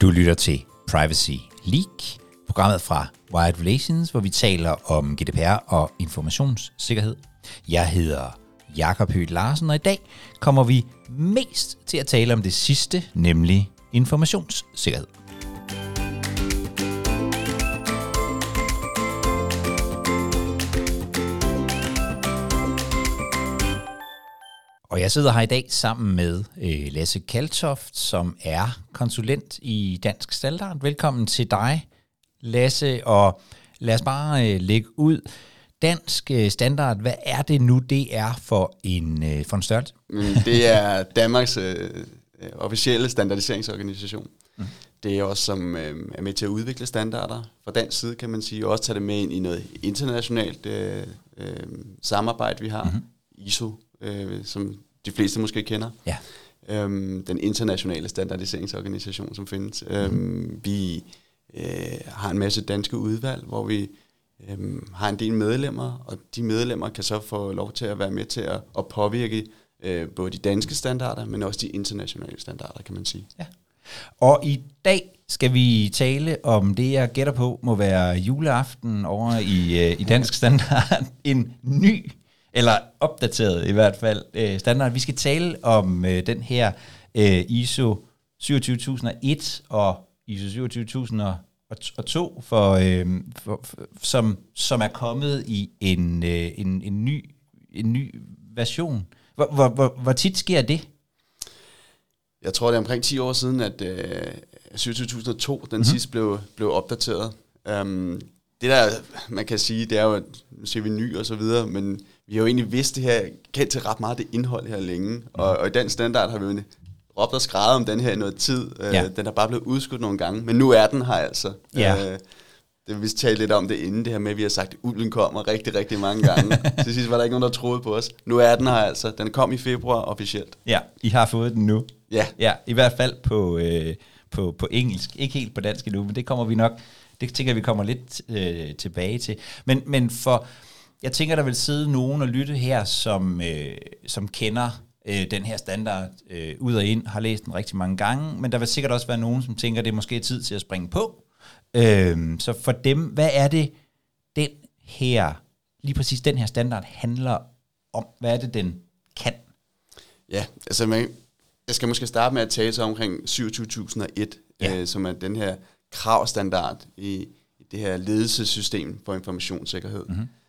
Du lytter til Privacy Leak, programmet fra Wired Relations, hvor vi taler om GDPR og informationssikkerhed. Jeg hedder Jakob Høgh Larsen, og i dag kommer vi mest til at tale om det sidste, nemlig informationssikkerhed. Og jeg sidder her i dag sammen med Lasse Kaltoft, som er konsulent i Dansk Standard. Velkommen til dig, Lasse, og lad os bare lægge ud. Dansk Standard, hvad er det nu, det er for en størrelse? Det er Danmarks officielle standardiseringsorganisation. Det er også som er med til at udvikle standarder fra dansk side, kan man sige, og også tage det med ind i noget internationalt samarbejde, vi har. ISO, som de fleste måske kender. Ja. Den internationale standardiseringsorganisation, som findes. Vi har en masse danske udvalg, hvor vi har en del medlemmer, og de medlemmer kan så få lov til at være med til at påvirke både de danske standarder, men også de internationale standarder, kan man sige. Ja. Og i dag skal vi tale om det, jeg gætter på, må være juleaften over i Dansk Standard. En ny, eller opdateret i hvert fald, standard. Vi skal tale om den her ISO 27001 og ISO 27002, som er kommet i en ny version. Hvor tit sker det? Jeg tror, det er omkring 10 år siden, at 27002, den sidst blev opdateret. Det der, man kan sige, det er jo, nu siger vi ny og så videre, men vi har jo egentlig vidst det her, kendt til ret meget det indhold her længe. Og i den standard har vi jo råbt og skrevet om den her i noget tid. Den har bare blevet udskudt nogle gange, men nu er den her altså. Det vi talte lidt om det inden, det her med, at vi har sagt, at ulven kommer rigtig, rigtig mange gange. Til sidst var der ikke nogen, der troede på os. Nu er den her altså. Den kom i februar officielt. Ja, I har fået den nu. Ja, i hvert fald på engelsk. Ikke helt på dansk endnu, men det kommer vi nok. Det tænker vi kommer lidt tilbage til. Men for, jeg tænker, der vil sidde nogen og lytte her, som kender den her standard ud og ind, har læst den rigtig mange gange, men der vil sikkert også være nogen, som tænker, det er måske tid til at springe på. Så for dem, hvad er det, lige præcis den her standard handler om? Hvad er det, den kan? Ja, altså jeg skal måske starte med at tale så omkring 27001, som er den her kravstandard i det her ledelsessystem for informationssikkerhed.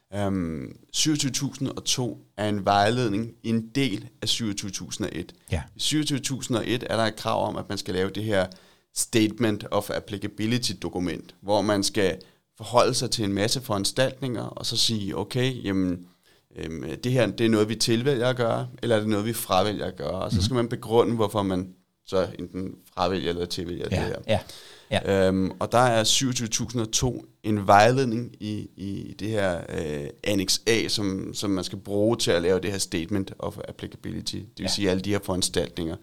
27002 er en vejledning i en del af 27001. Ja. I 27001 er der et krav om, at man skal lave det her Statement of Applicability-dokument, hvor man skal forholde sig til en masse foranstaltninger, og så sige, okay, jamen, det her det er noget, vi tilvælger at gøre, eller er det noget, vi fravælger at gøre, og så skal man begrunde, hvorfor man så enten fravælger eller tilvælger det her. Ja. Og der er 27002 en vejledning i det her Annex A, som man skal bruge til at lave det her Statement of Applicability, det vil sige alle de her foranstaltninger.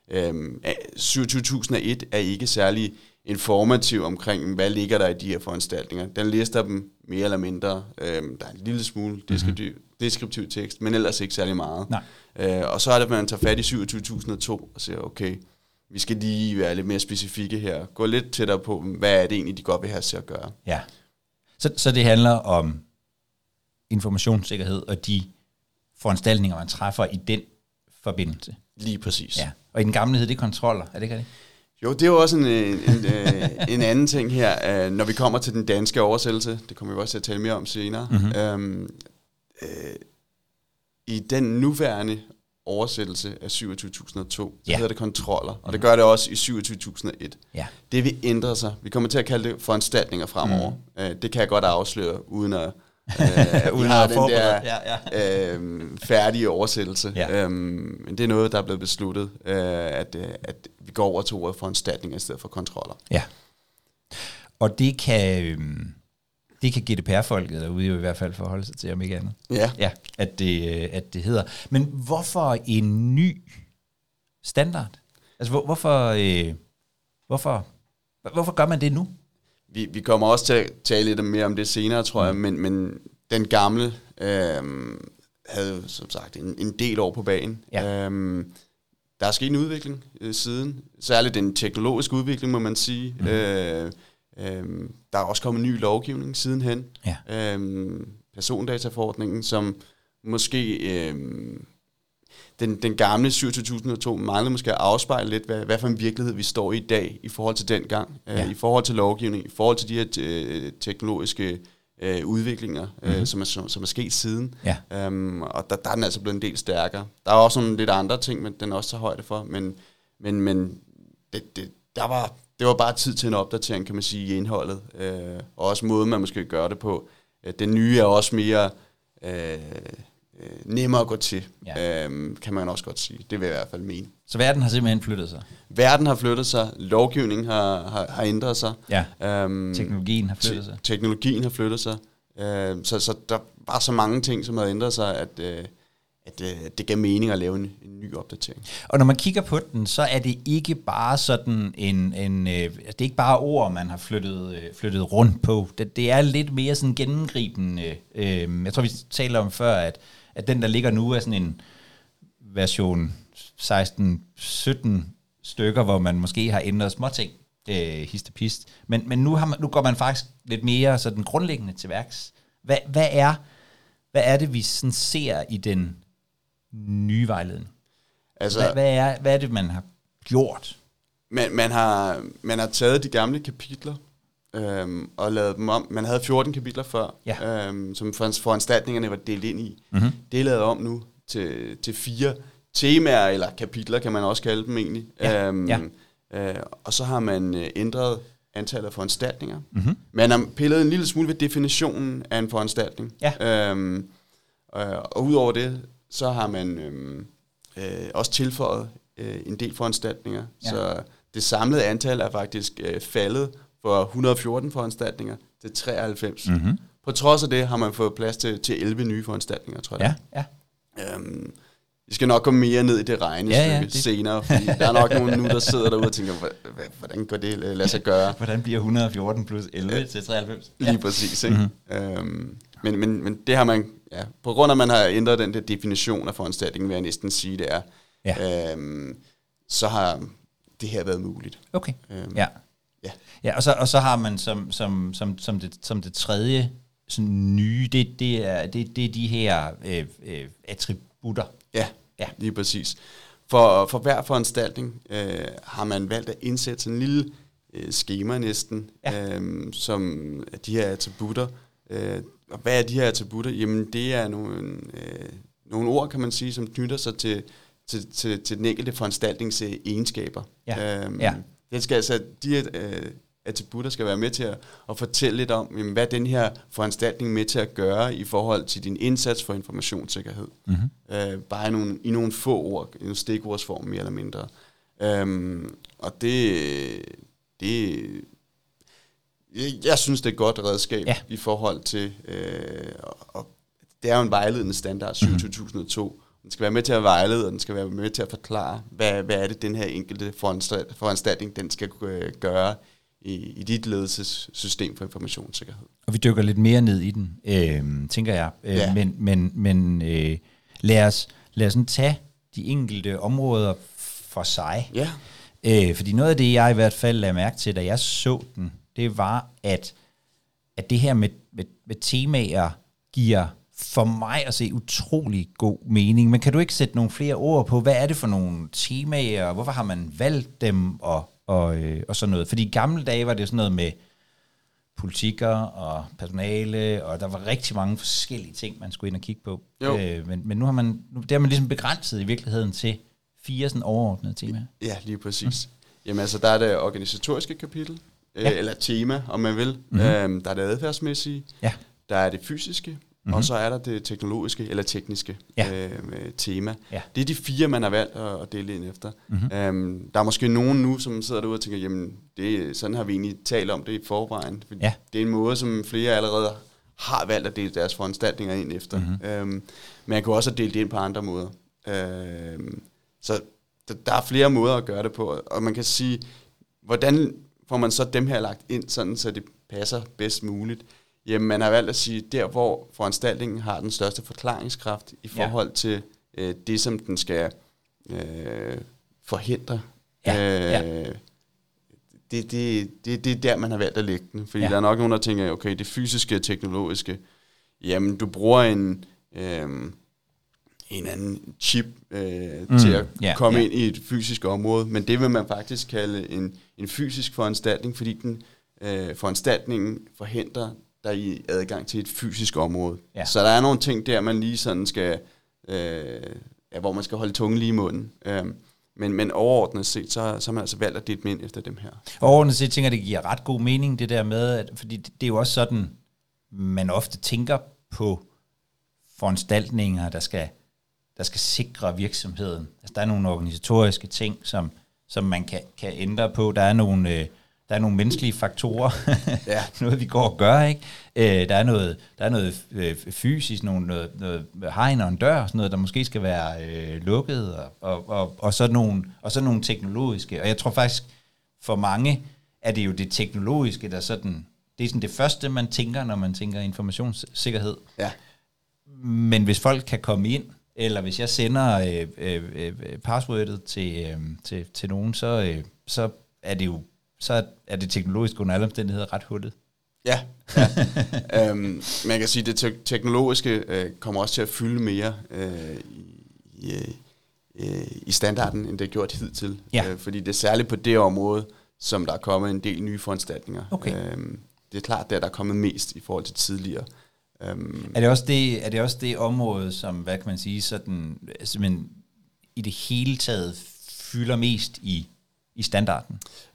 27001 er ikke særlig informativ omkring, hvad ligger der i de her foranstaltninger. Den lister dem mere eller mindre. Der er en lille smule deskriptiv tekst, men ellers ikke særlig meget. Og så er det, at man tager fat i 27002 og siger, okay, vi skal lige være lidt mere specifikke her. Gå lidt tættere på, hvad er det egentlig, de godt vil have os til at gøre. Ja. Så det handler om informationssikkerhed og de foranstaltninger, man træffer i den forbindelse. Lige præcis. Ja. Og i den gamle hed det kontroller, er det ikke det? Jo, det er jo også en anden ting her, når vi kommer til den danske oversættelse. Det kommer vi også til at tale mere om senere. I den nuværende oversættelse af 27002, så hedder det kontroller, og det gør det også i 27001. Ja. Det vil ændre sig. Vi kommer til at kalde det foranstaltninger fremover. Det kan jeg godt afsløre, uden at vi har den der færdige oversættelse. Ja. Men det er noget, der er blevet besluttet, at vi går over til ordet foranstaltninger i stedet for kontroller. Ja. Og det kan GDPR-folket derude jo i hvert fald forholde sig til, om ikke andet. Ja, at det hedder. Men hvorfor en ny standard? Altså, hvorfor gør man det nu? Vi kommer også til at tale lidt mere om det senere, tror jeg, men den gamle havde som sagt en del år på bagen. Ja. der er sket en udvikling siden, særligt den teknologiske udvikling, må man sige. Der er også kommet ny lovgivning sidenhen. Ja. Persondataforordningen, som måske den gamle 27.002 manglede måske at afspejle lidt, hvad for en virkelighed vi står i dag i forhold til dengang, i forhold til lovgivning, i forhold til de her teknologiske udviklinger, som er sket siden. Ja. Og der er den altså blevet en del stærkere. Der er også nogle lidt andre ting, men den også tager højde for, men det var bare tid til en opdatering, kan man sige, i indholdet, og også måden, man måske gør det på. Den nye er også mere nemmere at gå til, kan man også godt sige. Det vil jeg i hvert fald mene. Så verden har simpelthen flyttet sig? Verden har flyttet sig, lovgivningen har ændret sig. Ja. Teknologien har flyttet sig. Teknologien har flyttet sig. Så der var så mange ting, som har ændret sig, at det gav mening at lave en ny opdatering. Og når man kigger på den, så er det ikke bare sådan det er ikke bare ord, man har flyttet rundt på. Det er lidt mere sådan gennemgribende. Jeg tror, vi taler om før, at den, der ligger nu, er sådan en version 16-17 stykker, hvor man måske har ændret småting, hist og pist. Men nu går man faktisk lidt mere sådan grundlæggende til værks. Hvad er det, vi sådan ser i den nye vejledning? Altså, hvad er det, man har gjort? Man har taget de gamle kapitler og lavet dem om. Man havde 14 kapitler før, som foranstaltningerne var delt ind i. Mm-hmm. Det er lavet om nu til 4 temaer, eller kapitler, kan man også kalde dem egentlig. Og så har man ændret antallet af foranstaltninger. Mm-hmm. Man har pillet en lille smule ved definitionen af en foranstaltning. Ja. Og udover det, så har man også tilføjet en del foranstaltninger. Ja. Så det samlede antal er faktisk faldet fra 114 foranstaltninger til 93. Mm-hmm. På trods af det har man fået plads til 11 nye foranstaltninger, tror jeg. Ja. Vi skal nok gå mere ned i det regnestykke senere, fordi der er nok nogen nu, der sidder derude og tænker, hvordan går det lade sig gøre? Hvordan bliver 114 plus 11 til 93? Lige præcis, ikke? Mm-hmm. Men det har man, på grund af, at man har ændret den der definition af foranstaltningen, vil jeg næsten sige, det er, så har det her været muligt. Okay, Ja, og så har man som det tredje sådan nye, det er de her attributter. Ja, lige præcis. For hver foranstaltning har man valgt at indsætte sådan en lille skema næsten, som de her attributter. Og hvad er de her attributter? Jamen, det er nogle ord, kan man sige, som knytter sig til den enkelte foranstaltnings egenskaber. Det skal altså, de attributter skal være med til at fortælle lidt om, jamen, hvad den her foranstaltning er med til at gøre i forhold til din indsats for informationssikkerhed. Mm-hmm. Bare i nogle få ord, i en stikordsform mere eller mindre. Og jeg synes, det er et godt redskab i forhold til, og det er jo en vejledende standard, 27.002. Den skal være med til at vejlede, og den skal være med til at forklare, hvad er det, den her enkelte foranstaltning, den skal gøre i dit ledelsessystem for informationssikkerhed. Og vi dykker lidt mere ned i den, tænker jeg. Men lad os tage de enkelte områder for sig. Ja. Fordi noget af det, jeg i hvert fald lagde mærke til, da jeg så den, det var, at det her med temaer giver for mig at se utrolig god mening. Men kan du ikke sætte nogle flere ord på, hvad er det for nogle temaer, hvorfor har man valgt dem og sådan noget? Fordi i gamle dage var det sådan noget med politikker og personale, og der var rigtig mange forskellige ting, man skulle ind og kigge på. Men nu har man ligesom begrænset i virkeligheden til 4 sådan overordnede temaer. Ja, lige præcis. Jamen altså, der er det organisatoriske kapitel, eller tema, om man vil. Mm-hmm. Der er det adfærdsmæssige, der er det fysiske, og så er der det teknologiske eller tekniske tema. Ja. Det er de 4, man har valgt at dele ind efter. Mm-hmm. Der er måske nogen nu, som sidder derude og tænker, jamen, sådan har vi egentlig talt om det i forvejen. Det er en måde, som flere allerede har valgt at dele deres foranstaltninger ind efter. Mm-hmm. Men man kan også have delt det ind på andre måder. Så der er flere måder at gøre det på, og man kan sige, hvordan får man så dem her lagt ind, sådan så det passer bedst muligt. Jamen, man har valgt at sige, der hvor foranstaltningen har den største forklaringskraft i forhold til det, som den skal forhindre. Det er der, man har valgt at lægge den. Fordi der er nok nogen, der tænker, okay, det fysiske og teknologiske, jamen du bruger en anden chip til at komme ind i et fysisk område, men det vil man faktisk kalde en fysisk foranstaltning, fordi den foranstaltningen forhindrer dig i adgang til et fysisk område. Ja. Så der er nogle ting der, man lige sådan skal, hvor man skal holde tungen lige i munden. Men overordnet set, så har man altså valgt at dele ind efter dem her. Overordnet set tænker jeg, det giver ret god mening, det der med, at, fordi det er jo også sådan, man ofte tænker på foranstaltninger, der skal sikre virksomheden. Altså, der er nogle organisatoriske ting, som man kan ændre på. Der er nogle menneskelige faktorer, noget vi går og gør, ikke? Der er noget fysisk, noget hegn og en dør, sådan noget, der måske skal være lukket, og så nogle teknologiske. Og jeg tror faktisk, for mange er det jo det teknologiske, der sådan, det er sådan det første, man tænker, når man tænker informationssikkerhed. Ja. Men hvis folk kan komme ind, eller hvis jeg sender passwordet til nogen, så er det jo er det teknologisk under alle omstændigheder ret hullet. Ja. Man kan sige, at det teknologiske kommer også til at fylde mere i standarden, end det er gjort hidtil. Ja. Fordi det er særligt på det område, som der er kommet en del nye foranstaltninger. Okay. Det er klart, der er kommet mest i forhold til tidligere. Er det også det område, som, hvad kan man sige, sådan, simpelthen i det hele taget fylder mest i standarden?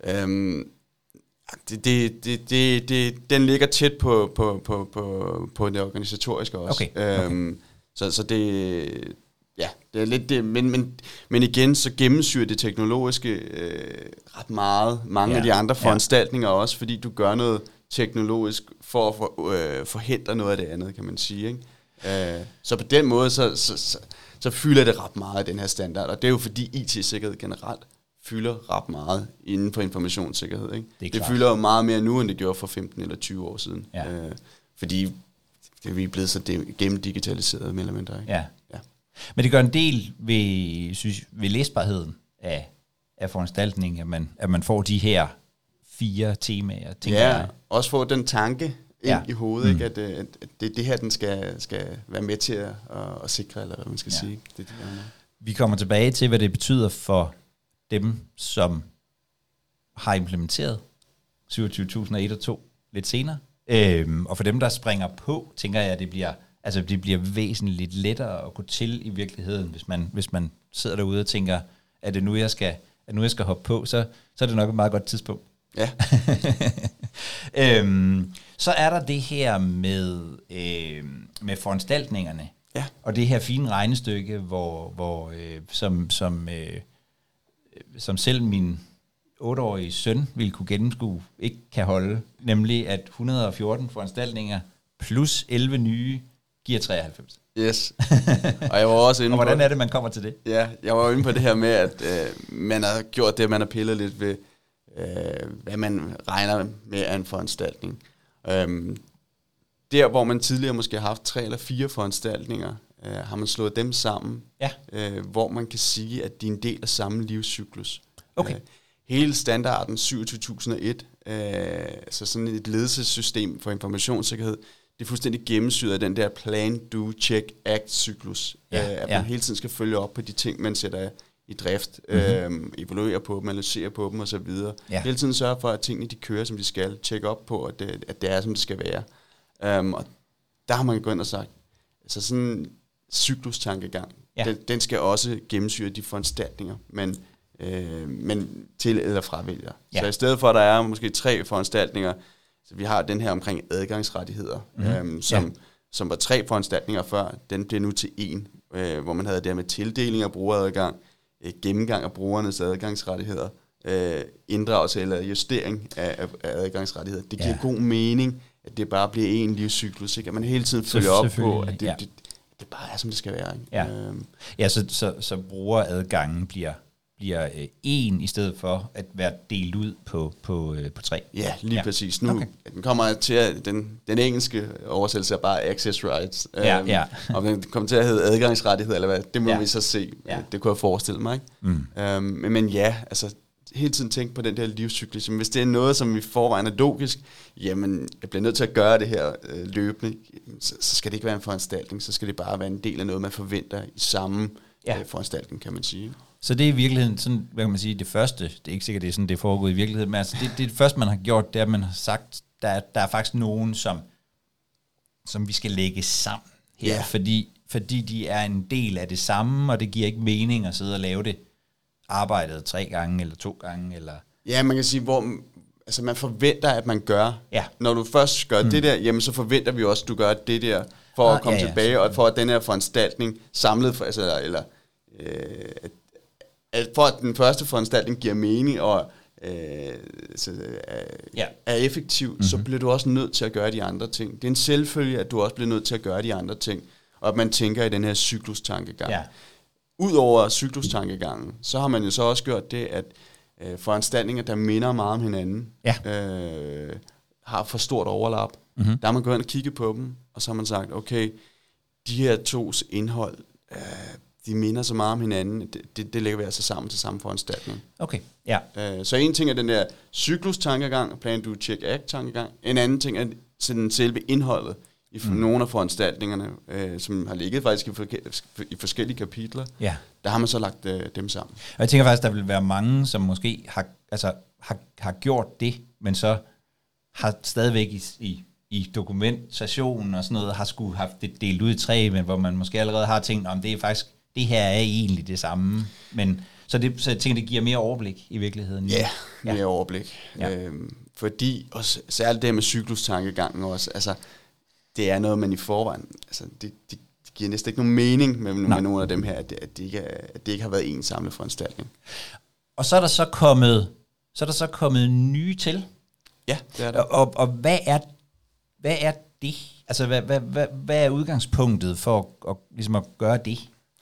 Den ligger tæt på det organisatoriske også. Okay. Så det, det er lidt det, men igen, så gennemsyrer det teknologiske ret meget mange af de andre foranstaltninger også, fordi du gør noget teknologisk for at forhindre noget af det andet, kan man sige, ikke? Så på den måde, så fylder det ret meget af den her standard, og det er jo fordi IT-sikkerhed generelt fylder ret meget inden for informationssikkerhed, ikke? Det fylder jo meget mere nu, end det gjorde for 15 eller 20 år siden. Ja. Fordi vi er blevet så gennemdigitaliseret, mere eller mindre, ikke? Ja. Men det gør en del ved læsbarheden af foranstaltningen, at man får de her 4 temaer. Ja, også få den tanke ind i hovedet, ikke? At det her, den skal være med til at sikre, eller hvad man skal sige. Det. Vi kommer tilbage til, hvad det betyder for dem, som har implementeret 27.001 og 2 lidt senere. Og for dem, der springer på, tænker jeg, at det bliver væsentligt lettere at gå til i virkeligheden, hvis man sidder derude og tænker, at det nu jeg skal hoppe på, så er det nok et meget godt tidspunkt. Ja. Så er der det her med foranstaltningerne, og det her fine regnestykke, hvor som selv min 8-årige søn ville kunne gennemskue, ikke kan holde, nemlig at 114 foranstaltninger plus 11 nye giver 93. Yes. Og jeg var også inde og hvordan er det, man kommer til det? Ja, jeg var inde på det her med, at man har gjort det, man har pillet lidt ved, hvad man regner med af en foranstaltning. Der, hvor man tidligere måske har haft 3 eller 4 foranstaltninger, har man slået dem sammen, hvor man kan sige, at de er en del af samme livscyklus. Okay. Hele standarden 27.001, så sådan et ledelsessystem for informationssikkerhed, det er fuldstændig gennemsyret af den der plan, do, check, act cyklus. At man hele tiden skal følge op på de ting, man sætter i drift, evaluere på dem, analysere på dem osv. Hele tiden sørge for, at tingene de kører, som de skal. Tjekke op på, at det er, som det skal være. Og der har man gået ind og sagt, altså sådan en cyklustankegang, den skal også gennemsyre de foranstaltninger, men til eller fravælger. Ja. Så i stedet for, at der er måske 3 foranstaltninger, så vi har den her omkring adgangsrettigheder, som var 3 foranstaltninger før, den bliver nu til 1, hvor man havde det med tildeling af brugeradgang, gennemgang af brugernes adgangsrettigheder, inddragelse eller justering af adgangsrettigheder. Det giver god mening, at det bare bliver en livscyklus, ikke? At man hele tiden følger op på, at det bare er, som det skal være. Ikke? Ja, så brugeradgangen bliver bliver en, i stedet for at være delt ud på 3. Ja, lige præcis. Nu den kommer til at, den engelske oversættelse er bare access rights. Og den kommer til at hedde adgangsrettigheder, eller hvad, det må vi så se. Ja. Det kunne jeg forestille mig. Ikke? Men ja, altså hele tiden tænke på den der livscyklus. Hvis det er noget, som i forvejen er logisk, jamen, jeg bliver nødt til at gøre det her løbende, så skal det ikke være en foranstaltning, så skal det bare være en del af noget, man forventer i samme foranstaltning, kan man sige. Så det er i virkeligheden sådan, hvad kan man sige, det første, det er ikke sikkert, det er sådan, det er foregået i virkeligheden, men altså det første, man har gjort, det er, at man har sagt, der er faktisk nogen, som vi skal lægge sammen her, fordi de er en del af det samme, og det giver ikke mening at sidde og lave det arbejdet 3 gange eller 2 gange, eller... Ja, man kan sige, hvor altså man forventer, at man gør. Ja. Når du først gør det der, jamen så forventer vi også, at du gør det der, for at komme tilbage, og for at den her foranstaltning samlet, for at den første foranstaltning giver mening, og er effektiv, så bliver du også nødt til at gøre de andre ting. Det er en selvfølge, at du også bliver nødt til at gøre de andre ting, og at man tænker i den her cyklustankegang. Ja. Udover cyklustankegangen, så har man jo så også gjort det, at foranstaltninger, der minder meget om hinanden, har for stort overlap. Mm-hmm. Der har man gået ind og kigget på dem, og så har man sagt, okay, de her tos indhold, de minder så meget om hinanden, det lægger vi altså sammen til samme foranstaltning. Okay, ja. Så en ting er den der cyklustankegang, plan, do, check, act tankegang. En anden ting er sådan selve indholdet i nogle af foranstaltningerne, som har ligget faktisk i forskellige kapitler. Ja. Der har man så lagt dem sammen. Og jeg tænker faktisk, der vil være mange, som måske har gjort det, men så har stadigvæk i dokumentationen og sådan noget, har skulle haft det delt ud i 3, men hvor man måske allerede har tænkt, om det er faktisk, det her er egentlig det samme. Men så jeg tænker, det giver mere overblik i virkeligheden. Ja, mere overblik. Ja. Fordi, og særligt det med cyklustankegangen også, altså, det er noget, man i forvejen, altså, det giver næsten ikke nogen mening med nogle af dem her, at det ikke har været en samlet foranstaltning. Og så er der så kommet nye til. Ja, det er der. Og hvad er det? Altså, hvad er udgangspunktet for ligesom at gøre det?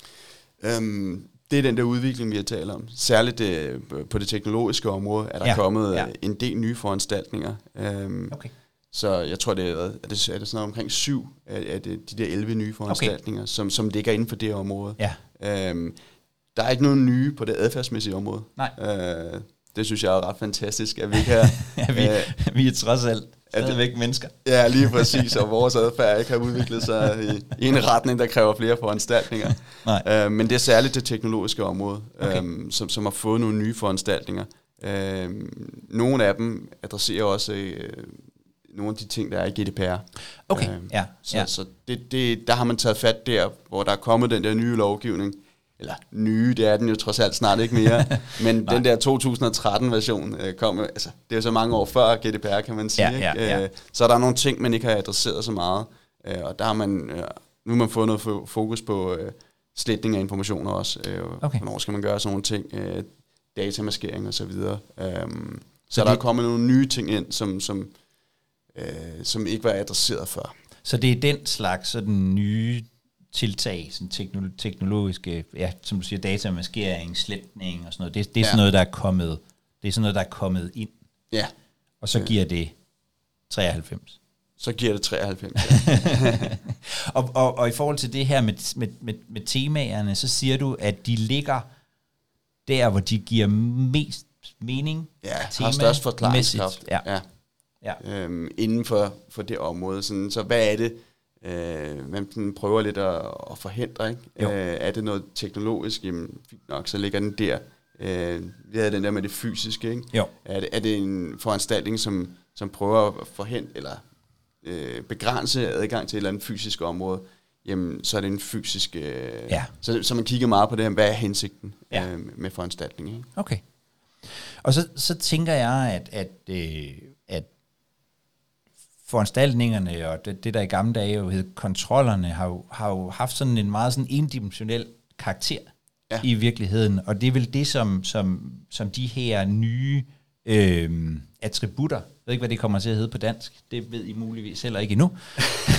Det er den der udvikling, vi har talt om. Særligt på det teknologiske område er der kommet en del nye foranstaltninger. Okay. Så jeg tror, det er sådan noget omkring 7 af de der 11 nye foranstaltninger, som ligger inden for det område. Ja. Der er ikke nogen nye på det adfærdsmæssige område. Nej. Det synes jeg er ret fantastisk, at vi kan... vi er trods alt stadigvæk mennesker. Ja, lige præcis, og vores adfærd ikke har udviklet sig i en retning, der kræver flere foranstaltninger. Nej. Men det er særligt det teknologiske område, som har fået nogle nye foranstaltninger. Nogle af dem adresserer også nogle af de ting, der er i GDPR. Okay, Så der har man taget fat der, hvor der er kommet den der nye lovgivning, eller nye, det er den jo trods alt snart ikke mere, men den der 2013-version kom, altså det er jo så mange år før GDPR, kan man sige. Ja. Så der er nogle ting, man ikke har adresseret så meget, og der har man, nu har man fået noget fokus på sletning af informationer også. Hvornår skal man gøre sådan nogle ting, datamaskering og så videre. Så der er kommet nogle nye ting ind, som ikke var adresseret før. Så det er den slags sådan nye tiltag, sådan teknologiske, som du siger, datamaskering, sletning og sådan noget. Det er sådan noget, der er kommet. Det er sådan noget, der er kommet ind. Ja. Og så giver det 93. Så giver det 93. og i forhold til det her med temaerne, så siger du, at de ligger der, hvor de giver mest mening. Ja, har størst forklaringskraft. Ja. Inden for det område. Sådan, så hvad er det, man prøver lidt at forhindre, ikke? Er det noget teknologisk? Jamen, fint nok, så ligger den der. Vi havde den der med det fysiske, ikke? Jo. Er det en foranstaltning, som prøver at forhindre, eller begrænse adgang til et eller andet fysisk område, jamen, så er det en fysisk... Så man kigger meget på det her, hvad er hensigten med foranstaltningen, ikke? Okay. Og så tænker jeg, at foranstaltningerne og det der i gamle dage jo hed kontrollerne, har jo haft sådan en meget sådan endimensionel karakter i virkeligheden, og det er vel det, som de her nye attributter, jeg ved ikke, hvad det kommer til at hedde på dansk, det ved I muligvis heller ikke endnu,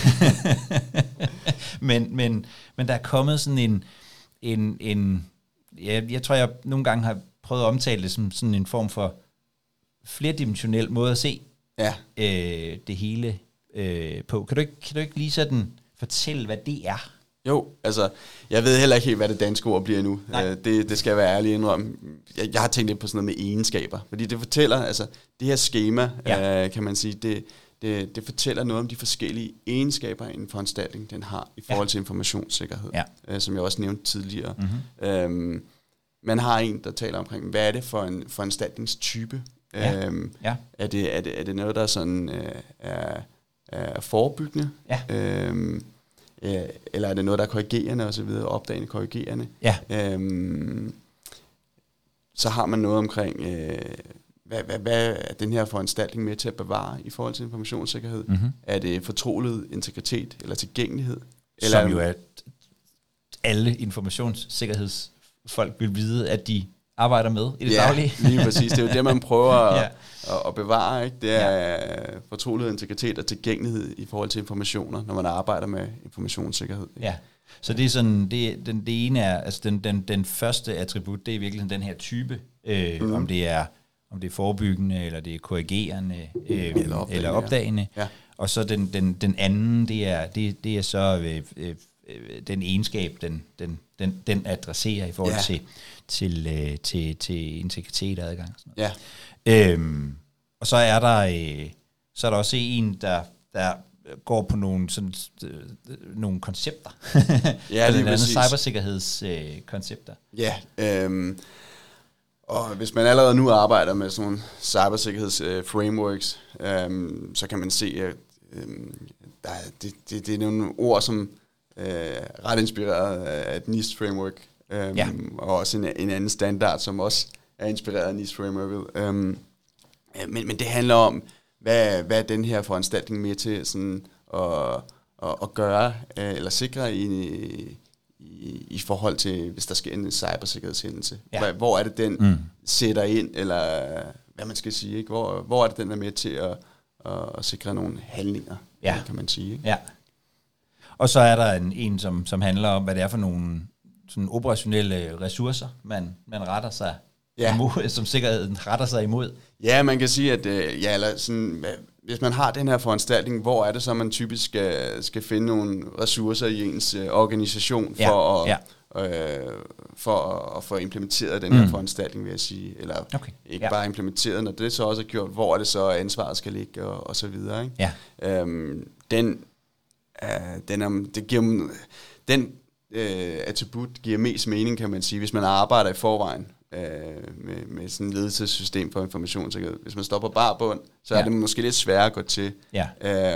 men der er kommet sådan en jeg tror, jeg nogle gange har prøvet at omtale det som sådan en form for flerdimensionel måde at se det hele på. Kan du ikke lige sådan fortælle, hvad det er? Jo, altså, jeg ved heller ikke helt, hvad det danske ord bliver endnu. Det skal jeg være ærlig indrømme. Jeg har tænkt lidt på sådan noget med egenskaber, fordi det fortæller, altså, det her schema, kan man sige, det fortæller noget om de forskellige egenskaber, en foranstaltning den har i forhold til informationssikkerhed, som jeg også nævnte tidligere. Mm-hmm. Man har en, der taler omkring, hvad er det for en foranstaltningstype? Er det noget, der sådan er forebyggende? Eller er det noget, der er korrigerende og så videre, opdagende korrigerende? Så har man noget omkring, hvad er den her foranstaltning med til at bevare i forhold til informationssikkerhed? Mm-hmm. Er det fortrolighed, integritet eller tilgængelighed? Eller som jo er alle informationssikkerhedsfolk vil vide, at de arbejder med i det daglige. Lige præcis. Det er jo det, man prøver at bevare. Ikke? Det er fortrolighed, integritet og tilgængelighed i forhold til informationer, når man arbejder med informationssikkerhed. Ikke? Ja. Så det er sådan, det ene er, altså den første attribut, det er virkelig den her type, om det er forebyggende, eller det er korrigerende, eller opdagende. Ja. Og så den anden, det er så den egenskab, den adresserer i forhold til integritet og adgang. Og sådan noget. Og så er der også en, der går på nogle koncepter. Ja, det er cybersikkerhedskoncepter. Og hvis man allerede nu arbejder med sådan nogle cybersikkerheds-frameworks, så kan man se, at det er nogle ord, som er ret inspireret af et NIST-framework, og også en anden standard, som også er inspireret af NIST-frameworket. Men det handler om, hvad er den her foranstaltning med til sådan at gøre, eller sikre i forhold til, hvis der sker en cybersikkerhedshændelse. Hvor er det, den sætter ind, eller hvad man skal sige, ikke? Hvor er det, den er med til at sikre nogle handlinger, kan man sige. Ikke? Ja. Og så er der en som handler om, hvad det er for nogle sådan operationelle ressourcer, man retter sig imod, som sikkerheden retter sig imod. Ja, man kan sige, at eller sådan, hvis man har den her foranstaltning, hvor er det så, man typisk skal finde nogle ressourcer i ens organisation for at få implementeret den her foranstaltning, vil jeg sige. Eller ikke bare implementeret, når det så også er gjort, hvor er det så, ansvaret skal ligge, og så videre. Ikke? Ja. Den attribut giver mest mening, kan man sige, hvis man arbejder i forvejen med sådan et ledelsessystem for informationssikkerhed. Hvis man står på bar bund, så er det måske lidt sværere at gå til. Ja.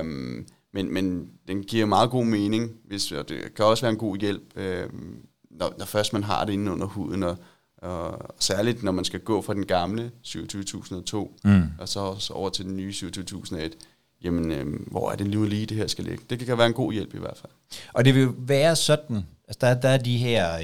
Men den giver meget god mening, og det kan også være en god hjælp, når først man har det inde under huden, og særligt når man skal gå fra den gamle 27002, og så også over til den nye 27001. Jamen, hvor er det lige det her skal ligge? Det kan være en god hjælp i hvert fald. Og det vil være sådan, altså der er de her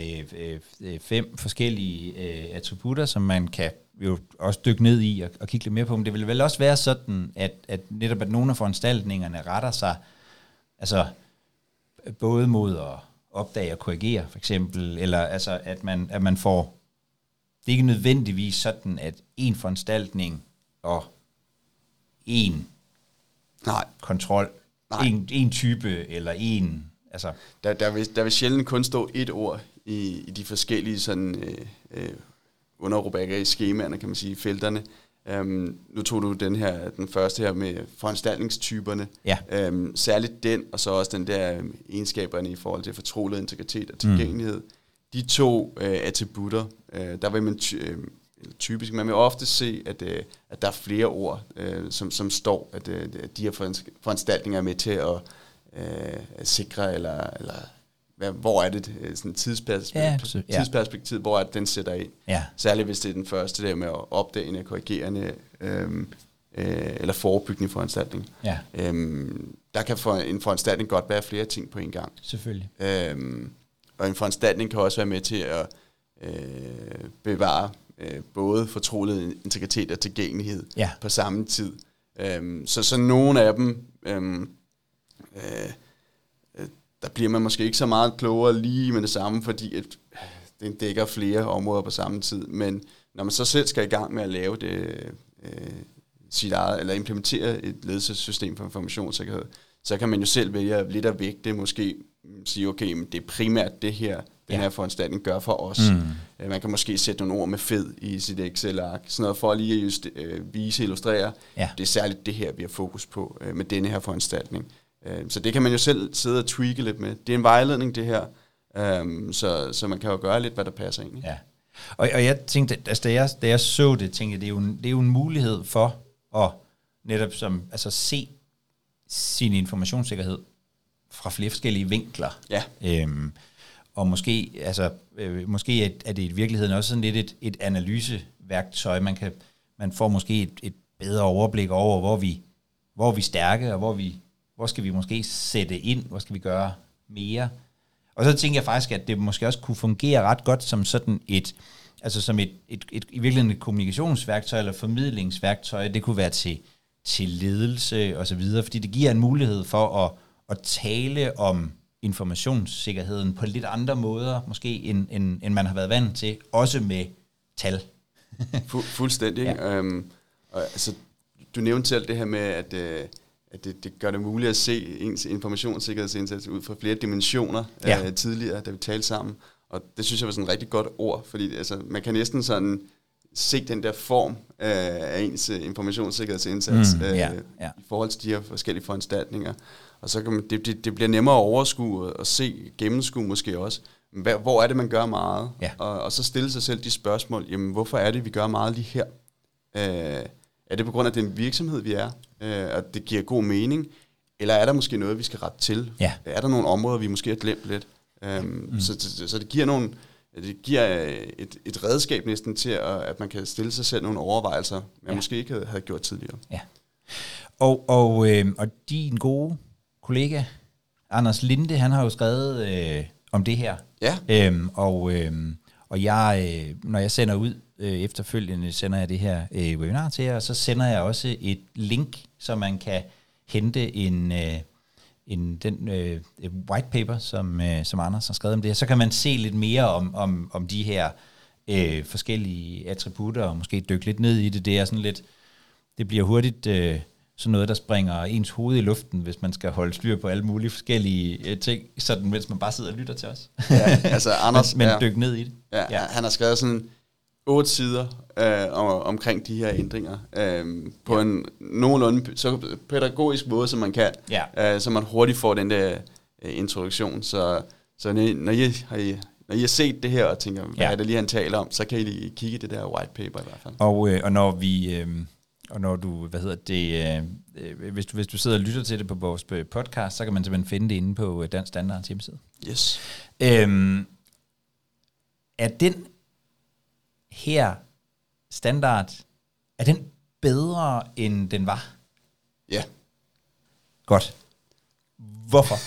5 forskellige attributter, som man kan jo også dykke ned i og kigge lidt mere på, men det vil vel også være sådan, at netop at nogle af foranstaltningerne retter sig, altså både mod at opdage og korrigere, for eksempel, eller altså at man får, det er ikke nødvendigvis sådan, at en foranstaltning og en kontrol, en type eller en, altså der vil sjældent kun stå et ord i de forskellige sådan underrubrikker i skemaerne, kan man sige, felterne. Nu tog du den første her med foranstaltningstyperne. Ja. Særligt den, og så også den der egenskaberne i forhold til fortrolighed, integritet og tilgængelighed. De 2 attributter, der vil man typisk, man vil ofte se, at der er flere ord, som står, at de her foranstaltninger er med til at sikre, eller hvor er det sådan tidsperspektiv, hvor er det, den sætter ind. Ja. Særligt hvis det er den første der med at opdagende, korrigerende eller forebyggende foranstaltning. Ja. Der kan en foranstaltning godt være flere ting på en gang. Selvfølgelig. Og en foranstaltning kan også være med til at bevare både fortrolighed, integritet og tilgængelighed på samme tid. Så nogle af dem, der bliver man måske ikke så meget klogere lige med det samme, fordi den dækker flere områder på samme tid, men når man så selv skal i gang med at lave det, sit eget, eller implementere et ledelsessystem for informationssikkerhed, så kan man jo selv vælge lidt at vægte det, måske sige, okay, men det er primært det her, den her foranstaltning gør for os. Man kan måske sætte nogle ord med fed i sit Excel-ark, sådan noget for at lige vise, illustrere, det er særligt det her, vi har fokus på med denne her foranstaltning. Så det kan man jo selv sidde og tweake lidt med. Det er en vejledning, det her, så man kan jo gøre lidt, hvad der passer ind. Ja. Og jeg tænkte, altså da jeg så det, tænkte jeg, det er jo en mulighed for at netop se sin informationssikkerhed fra flere forskellige vinkler. Ja. Og måske er det i virkeligheden også sådan lidt et analyseværktøj. Man får måske et bedre overblik over, hvor vi er stærke, og hvor skal vi måske sætte ind, hvor skal vi gøre mere. Og så tænker jeg faktisk, at det måske også kunne fungere ret godt som sådan et i virkeligheden et kommunikationsværktøj eller formidlingsværktøj. Det kunne være til ledelse og så videre, fordi det giver en mulighed for at tale om informationssikkerheden på lidt andre måder, måske end man har været vant til, også med tal. Fuldstændig. Ja. Altså, du nævnte selv det her med, at det gør det muligt at se ens informationssikkerhedsindsats ud fra flere dimensioner tidligere, da vi talte sammen. Og det synes jeg var sådan et rigtig godt ord, fordi altså, man kan næsten sådan se den der form af ens informationssikkerhedsindsats i forhold til de her forskellige foranstaltninger. Og så kan man, det bliver nemmere at overskue og gennemskue måske også. Hvor er det, man gør meget? Ja. Og så stille sig selv de spørgsmål, jamen hvorfor er det, vi gør meget lige her? Er det på grund af den virksomhed, vi er, og det giver god mening? Eller er der måske noget, vi skal rette til? Ja. Er der nogle områder, vi måske har glemt lidt? Så det giver et redskab næsten til, at man kan stille sig selv nogle overvejelser, man måske ikke havde gjort tidligere. Ja. Og din gode kollega, Anders Linde, han har jo skrevet om det her. Ja. Og jeg, når jeg sender ud efterfølgende, sender jeg det her webinar til jer, og så sender jeg også et link, så man kan hente den white paper, som Anders har skrevet om det her. Så kan man se lidt mere om de her forskellige attributter, og måske dykke lidt ned i det. Det er sådan lidt, det bliver hurtigt sådan noget, der springer ens hoved i luften, hvis man skal holde styr på alle mulige forskellige ting, sådan mens man bare sidder og lytter til os. Ja, altså Anders, men dykke ned i det. Ja. Han har skrevet sådan 8 sider omkring de her ændringer på en nogenlunde så pædagogisk måde, som man kan, så man hurtigt får den der introduktion. Så når I har set det her og tænker, hvad er det lige, han taler om, så kan I kigge det der white paper i hvert fald. Og når du, hvis du sidder og lytter til det på vores podcast, så kan man simpelthen finde det inde på Dansk Standards hjemmeside. Yes. Er den her standard, er den bedre, end den var? Ja. Godt. Hvorfor?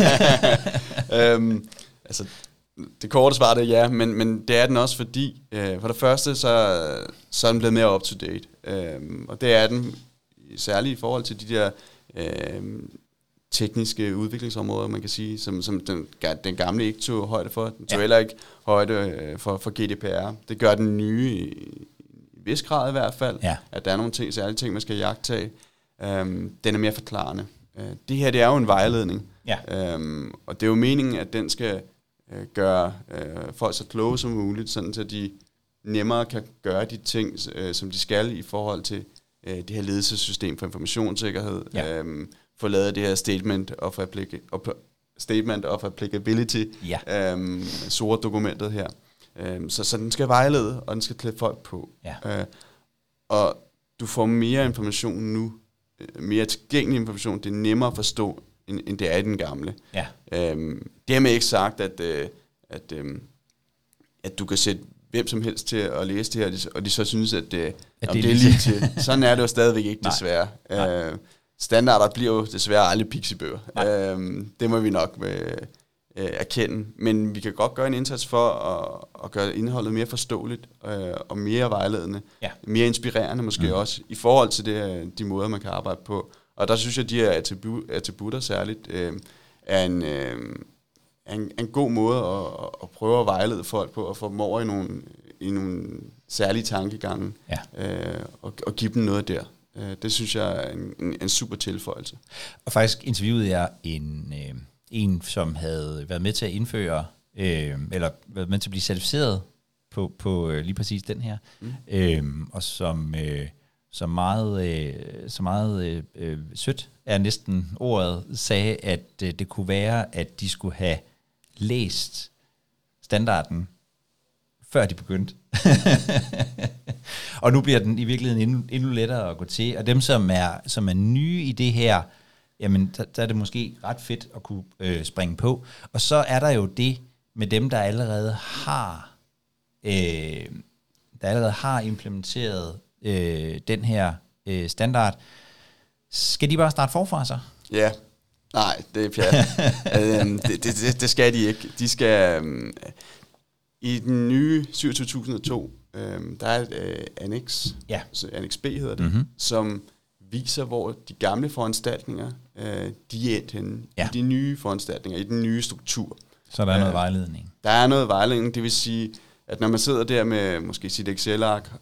Altså, det korte svar er ja, men det er den også fordi, for det første, så er den blevet mere up-to-date. Og det er den særligt i forhold til de der tekniske udviklingsområder, man kan sige, som den gamle ikke tog højde for. Den tog heller ikke højde for GDPR. Det gør den nye i vis grad i hvert fald, at der er nogle særlige ting, man skal jagttage. Den er mere forklarende. Det her, det er jo en vejledning. Og det er jo meningen, at den skal gøre folk så kloge som muligt, sådan så de nemmere kan gøre de ting, som de skal i forhold til det her ledelsessystem for informationssikkerhed. Få lavet det her statement of applicability, SOR-dokumentet her. Så den skal vejlede, og den skal klæde folk på. Og du får mere information nu, mere tilgængelig information, det er nemmere at forstå, end det er i den gamle. Dermed ikke sagt, at du kan sætte hvem som helst til at læse det her, og de så synes, at det er lige til. Sådan er det jo stadigvæk ikke, desværre. Standarder bliver jo desværre aldrig pixiebøger. Det må vi nok erkende. Men vi kan godt gøre en indsats for at gøre indholdet mere forståeligt og mere vejledende. Mere inspirerende måske også, i forhold til de måder, man kan arbejde på. Og der synes jeg, at de her attributter særligt er en god måde at prøve at vejlede folk på, og få dem over i nogle særlige tankegange, og give dem noget der. Det synes jeg er en super tilføjelse. Og faktisk interviewede jeg en som havde været med til at indføre, eller været med til at blive certificeret på lige præcis den her, og som meget sødt er næsten ordet, sagde, at det kunne være, at de skulle have læst standarden, før de begyndte. Og nu bliver den i virkeligheden endnu lettere at gå til. Og dem, som er nye i det her, jamen, der er det måske ret fedt at kunne springe på. Og så er der jo det med dem, der allerede har implementeret den her standard. Skal de bare starte forfra så? Ja, nej, det er pjat. Det skal de ikke. De skal... I den nye 27002, der er et annex, annex B hedder det, som viser, hvor de gamle foranstaltninger, de er endt henne i de nye foranstaltninger, i den nye struktur. Så der er noget vejledning? Der er noget vejledning, det vil sige, at når man sidder der med måske sit Excel-ark,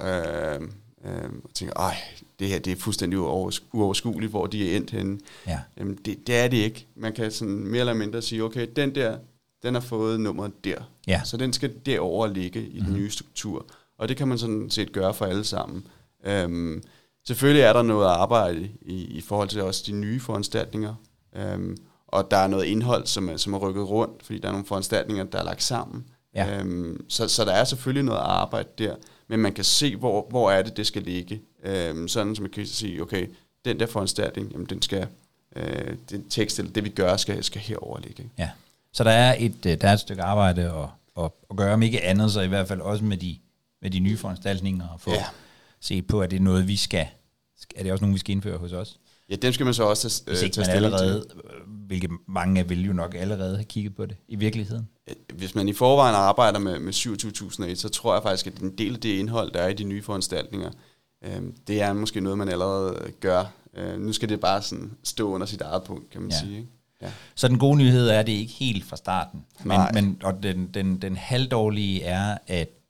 og tænker, det her det er fuldstændig uoverskueligt, hvor de er endt henne. Ja. Det er det ikke. Man kan sådan mere eller mindre sige, okay, den har fået nummeret der. Ja. Så den skal derover ligge i den nye struktur. Og det kan man sådan set gøre for alle sammen. Selvfølgelig er der noget arbejde i forhold til også de nye foranstaltninger. Og der er noget indhold, som er rykket rundt, fordi der er nogle foranstaltninger, der er lagt sammen. Ja. Så der er selvfølgelig noget arbejde der, men man kan se, hvor er det skal ligge. Sådan, som man kan sige, okay, den der foranstaltning, jamen den skal, den tekst, eller det vi gør, skal herover ligge. Ja. Så der er et stykke arbejde at gøre, om ikke andet, så i hvert fald også med de nye foranstaltninger, og få se på, at det er noget, er det også nogen, vi skal indføre hos os? Ja, dem skal man så også tage stilling til. Allerede, hvilke mange vil jo nok allerede have kigget på det i virkeligheden. Hvis man i forvejen arbejder med 27001, så tror jeg faktisk, at en del af det indhold, der er i de nye foranstaltninger, det er måske noget, man allerede gør. Nu skal det bare sådan stå under sit eget punkt, kan man sige, ikke? Ja. Så den gode nyhed er, at det ikke helt fra starten. Men og den halvdårlige er,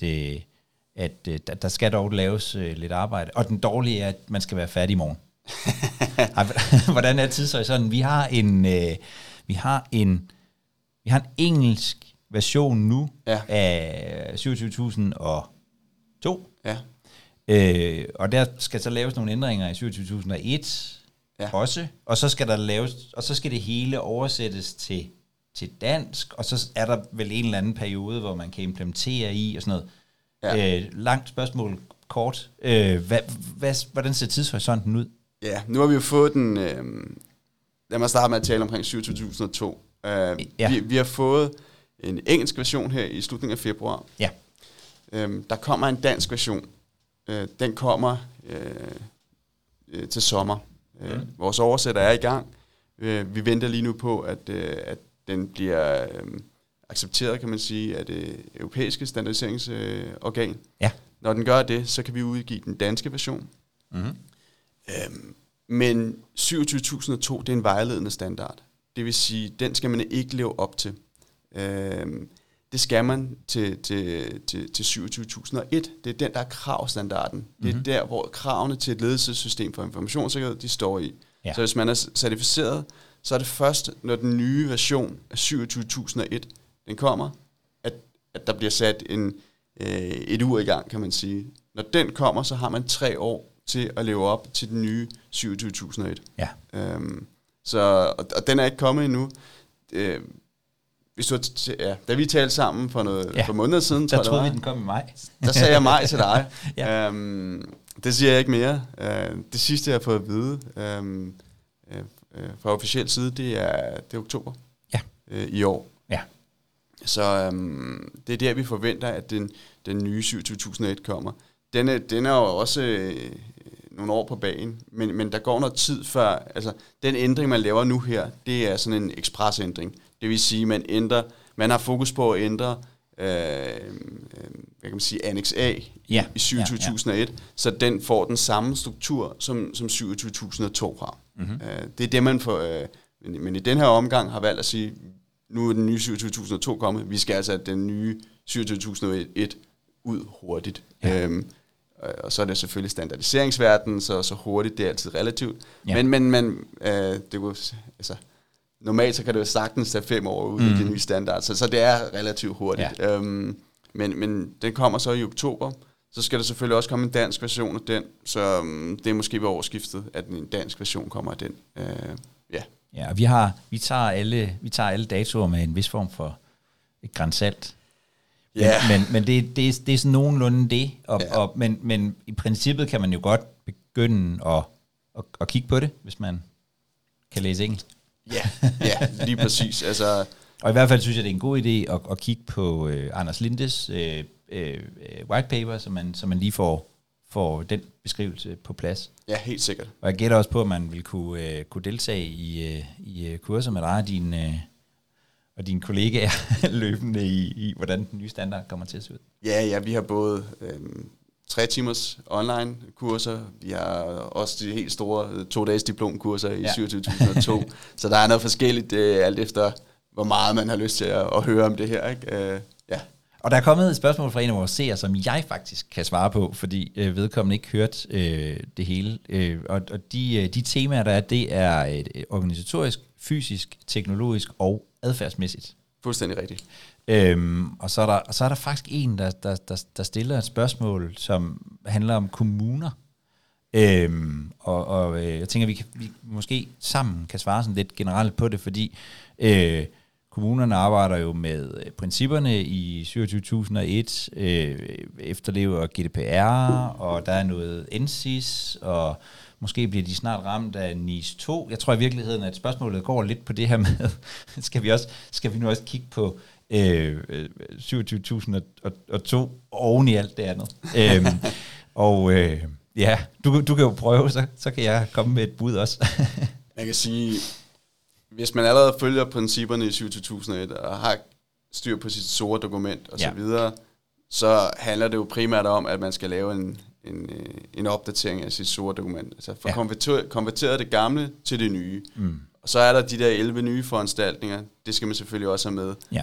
at der skal dog laves lidt arbejde. Og den dårlige er, at man skal være færdig i morgen. Hvordan er tidshorisonten? Vi har en engelsk version nu af 27002. Ja. Og der skal så laves nogle ændringer i 27001. Ja. Også, og så skal der laves, og så skal det hele oversættes til dansk, og så er der vel en eller anden periode, hvor man kan implementere i og sådan noget. Ja. Langt spørgsmål, kort. Hvordan ser tidshorisonten ud? Ja, nu har vi jo fået den. Lad mig starte med at tale omkring 27002. Vi har fået en engelsk version her i slutningen af februar. Ja. Der kommer en dansk version. Den kommer til sommer. Vores oversætter er i gang. Vi venter lige nu på, at den bliver accepteret, kan man sige, af det europæiske standardiseringsorgan. Ja. Når den gør det, så kan vi udgive den danske version. Mm-hmm. Men 27002, det er en vejledende standard. Det vil sige, den skal man ikke leve op til. Det skal man til 27001. Det er den, der er kravstandarden. Det er der, hvor kravene til et ledelsessystem for informationssikkerhed, de står i. Ja. Så hvis man er certificeret, så er det først, når den nye version af 27001, den kommer, at der bliver sat et ur i gang, kan man sige. Når den kommer, så har man 3 år til at leve op til den nye 27001. Ja. Og den er ikke kommet endnu. Da vi talte sammen for måneder siden, der troede vi, den kom i maj. Der sagde jeg maj til dig. Ja. Det siger jeg ikke mere. Det sidste, jeg har fået at vide fra officiel side, det er oktober i år. Ja. Så det er der, vi forventer, at den nye 27001 kommer. Den er jo også nogle år på banen, men der går noget tid før. Altså, den ændring, man laver nu her, det er sådan en ekspresændring. Det vil sige, man har fokus på at ændre hvad kan man sige, Annex A i 27001, så den får den samme struktur, som 27002 har. Mm-hmm. Det er det, man får, men i den her omgang har valgt at sige, nu er den nye 27002 kommet, vi skal altså have den nye 27001 ud hurtigt. Ja. Og så er det selvfølgelig standardiseringsverdenen, så hurtigt, det er altid relativt. Ja. Men det kunne, altså, normalt så kan det jo sagtens tage 5 år ud i det nye standard, så det er relativt hurtigt. Ja. Men den kommer så i oktober. Så skal der selvfølgelig også komme en dansk version af den, så det er måske ved årsskiftet, at en dansk version kommer af den. Ja, og vi tager alle datoer med en vis form for et gran salt. Men det er sådan nogenlunde det. Men i princippet kan man jo godt begynde at kigge på det, hvis man kan læse engelsk. Ja, lige præcis. Altså, og i hvert fald synes jeg, det er en god idé at kigge på Anders Lindes white paper, så man lige får den beskrivelse på plads. Ja, helt sikkert. Og jeg gætter også på, at man vil kunne deltage i kurser med dig og dine kollegaer løbende i, hvordan den nye standard kommer til at se ud. Ja, vi har både 3 timers online kurser, vi har også de helt store 2-dages diplomkurser i 27002, så der er noget forskelligt, alt efter hvor meget man har lyst til at høre om det her, ikke? Og der er kommet et spørgsmål fra en af vores seere, som jeg faktisk kan svare på, fordi vedkommende ikke hørte det hele. Og de temaer, der er, det er organisatorisk, fysisk, teknologisk og adfærdsmæssigt. Fuldstændig rigtigt. Og så er der faktisk en, der stiller et spørgsmål, som handler om kommuner. Og jeg tænker, vi måske sammen kan svare sådan lidt generelt på det, fordi kommunerne arbejder jo med principperne i 27001, efterlever GDPR, og der er noget NSIS, og måske bliver de snart ramt af NIS 2. Jeg tror i virkeligheden, at spørgsmålet går lidt på det her med, skal vi nu også kigge på 27002 oven i alt det andet. Du kan jo prøve, så kan jeg komme med et bud også. Jeg kan sige, hvis man allerede følger principperne i 27001 og har styr på sit SOA-dokument og så videre, så handler det jo primært om, at man skal lave en opdatering af sit SOA-dokument. Altså for konverteret det gamle til det nye. Og så er der de der 11 nye foranstaltninger. Det skal man selvfølgelig også have med. Ja.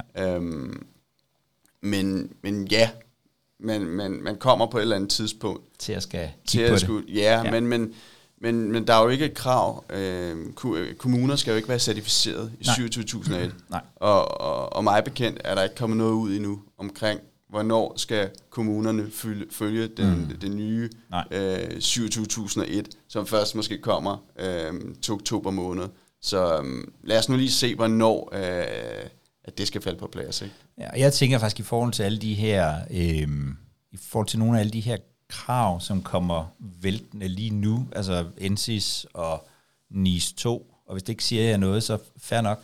Man kommer på et eller andet tidspunkt til at skal kigge på det. Ja. Men der er jo ikke et krav. Kommuner skal jo ikke være certificeret i 27001. Og mig bekendt er der ikke kommet noget ud endnu omkring, hvornår skal kommunerne følge den nye 27001, som først måske kommer til oktober måned. Så lad os nu lige se, hvornår at det skal falde på plads. Ikke? Ja, jeg tænker faktisk i forhold til alle de her, i forhold til nogle af alle de her krav, som kommer væltende lige nu, altså NSIS og NIS 2, og hvis det ikke siger jeg noget, så fair nok.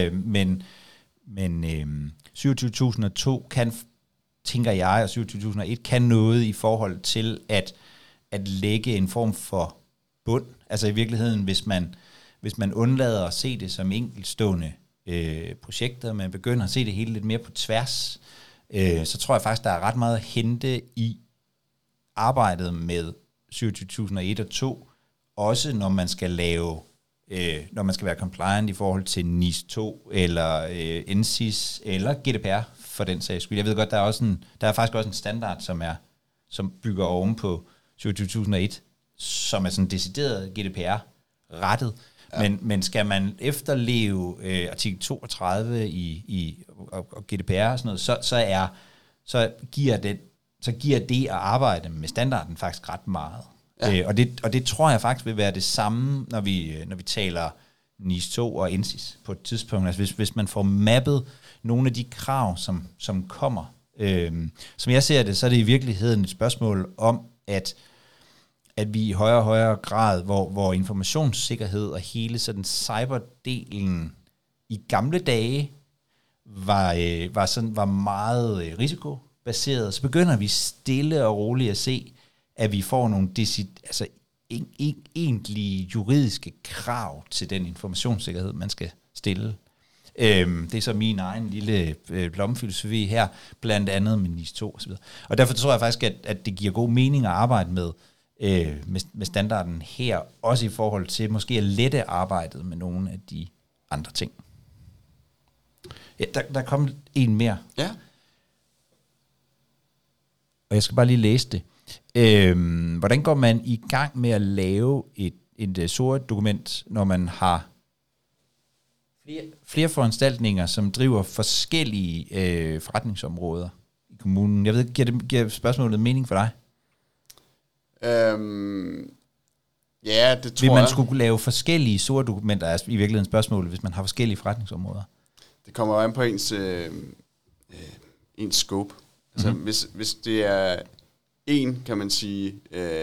Men 27002 kan, tænker jeg, og 27001 kan noget i forhold til at lægge en form for bund. Altså i virkeligheden, hvis man undlader at se det som enkeltstående projekter, man begynder at se det hele lidt mere på tværs, så tror jeg faktisk, der er ret meget at hente i arbejdet med 27001 og 2, også når man skal lave, når man skal være compliant i forhold til NIS 2, eller NSIS, eller GDPR, for den sags skyld. Jeg ved godt, der er faktisk også en standard, som bygger oven på 27001, som er sådan decideret GDPR-rettet. Ja. Men skal man efterleve artikel 32 og GDPR og sådan noget, så giver det at arbejde med standarden faktisk ret meget. Ja. Og det tror jeg faktisk vil være det samme, når vi taler NIS 2 og NSIS på et tidspunkt. Altså hvis man får mappet nogle af de krav, som kommer. Som jeg ser det, så er det i virkeligheden et spørgsmål om, at vi i højere og højere grad, hvor informationssikkerhed og hele sådan cyberdelen i gamle dage var meget risikobaseret, så begynder vi stille og roligt at se, at vi får nogle egentlige juridiske krav til den informationssikkerhed, man skal stille. Det er så min egen lille lommefilosofi her, blandt andet med NIS 2 osv. Og derfor tror jeg faktisk, at det giver god mening at arbejde med standarden her, også i forhold til måske at lette arbejdet med nogle af de andre ting. Ja, der kom en mere. Ja. Og jeg skal bare lige læse det. Hvordan går man i gang med at lave et sort dokument, når man har flere foranstaltninger, som driver forskellige forretningsområder i kommunen? Jeg ved, giver spørgsmålet mening for dig? Ja, det tror jeg. Vil man skulle lave forskellige sorte dokumenter, er i virkeligheden spørgsmålet, hvis man har forskellige forretningsområder? Det kommer jo an på ens scope. Altså, hvis det er en, kan man sige,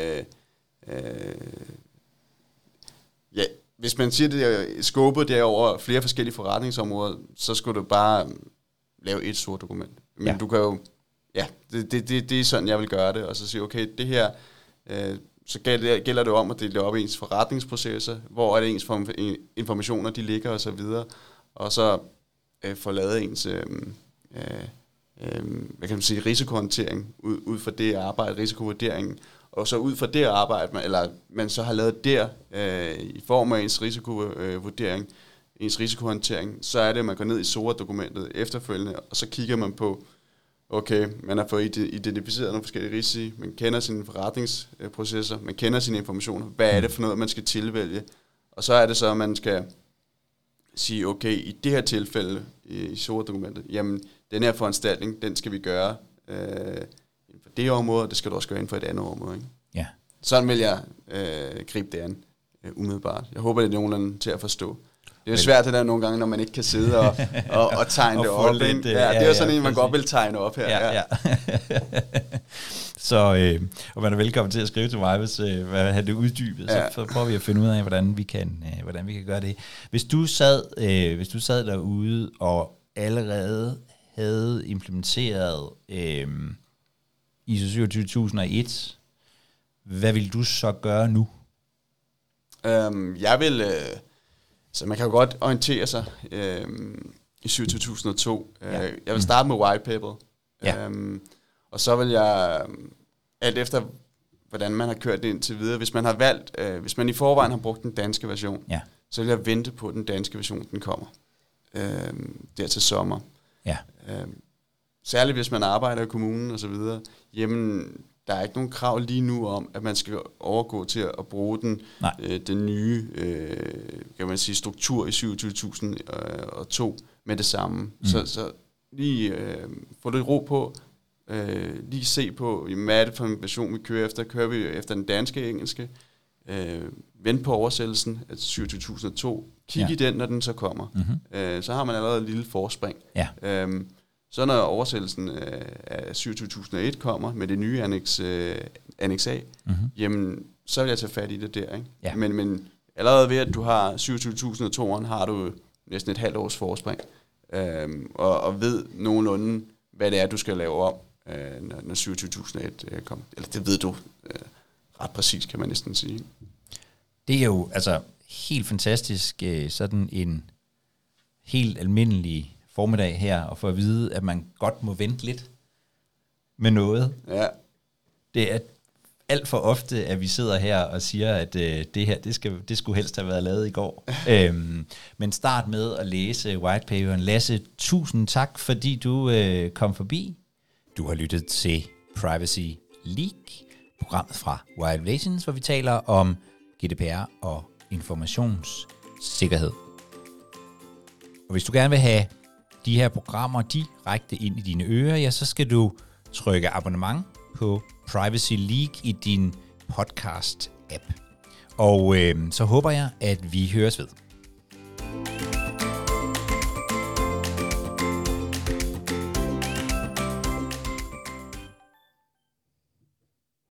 ja, hvis man siger, det er scopet det er over flere forskellige forretningsområder, så skulle du bare lave et sort dokument. Men du kan jo, ja, det er sådan, jeg vil gøre det, og så sige, okay, det her, så gælder det om at dele op i ens forretningsprocesser, hvor er det ens informationer, de ligger og så videre, og så få lavet ens, hvad kan man sige, risikohåndtering ud fra det arbejde, risikovurderingen, og så ud fra det arbejde, man så har lavet der, i form af ens risikovurdering, ens risikohåndtering, så er det, at man går ned i SORA-dokumentet efterfølgende, og så kigger man på, okay, man har fået identificeret nogle forskellige risici, man kender sine forretningsprocesser, man kender sine informationer, hvad er det for noget, man skal tilvælge, og så er det så, at man skal sige, okay, i det her tilfælde, i SORA-dokumentet, jamen, den her foranstaltning, den skal vi gøre inden for det område, og det skal du også gøre inden for et andet område. Ikke? Ja. Sådan vil jeg gribe det an umiddelbart. Jeg håber, det er nogenlunde til at forstå. Det er jo svært det der nogle gange, når man ikke kan sidde og tegne det op. Lidt, det er jo sådan en, man godt vil tegne op her. Ja. Så, og man er velkommen til at skrive til mig, hvis hvad have det uddybet. Så prøver vi at finde ud af, hvordan vi kan gøre det. Hvis du sad derude og allerede havde implementeret ISO 27001, hvad vil du så gøre nu? Jeg vil... Så man kan jo godt orientere sig i 2002. Jeg vil starte med white paper. Og så vil jeg, alt efter hvordan man har kørt det indtil videre, hvis man har valgt, hvis man i forvejen har brugt den danske version, så vil jeg vente på, at den danske version den kommer der til sommer. Ja. Særligt hvis man arbejder i kommunen og så videre, jamen der er ikke nogen krav lige nu om, at man skal overgå til at bruge den nye, kan man sige, struktur i 27002 med det samme. Så lige få lidt ro på, lige se på, hvad er det for en version, vi kører efter. Kører vi efter den danske engelske? Vent på oversættelsen af 27002. Kig i den, når den så kommer. Så har man allerede et lille forspring. Så når oversættelsen af 27001 kommer med det nye Annex A, jamen, så vil jeg tage fat i det der. Ikke? Ja. Men allerede ved, at du har 27002'eren, har du næsten et halvt års forspring, og ved nogenlunde, hvad det er, du skal lave om, når 27001 kommer. Eller det ved du ret præcis, kan man næsten sige. Det er jo altså helt fantastisk, sådan en helt almindelig formiddag her, og for at vide, at man godt må vente lidt med noget. Ja. Det er alt for ofte, at vi sidder her og siger, at det her, det skulle helst have været lavet i går. Men start med at læse whitepaperen. Lasse, tusind tak, fordi du kom forbi. Du har lyttet til Privacy Leak, programmet fra Wired Relations, hvor vi taler om GDPR og informationssikkerhed. Og hvis du gerne vil have de her programmer direkte ind i dine ører, ja, så skal du trykke abonnement på Privacy Leak i din podcast-app. Og så håber jeg, at vi høres ved.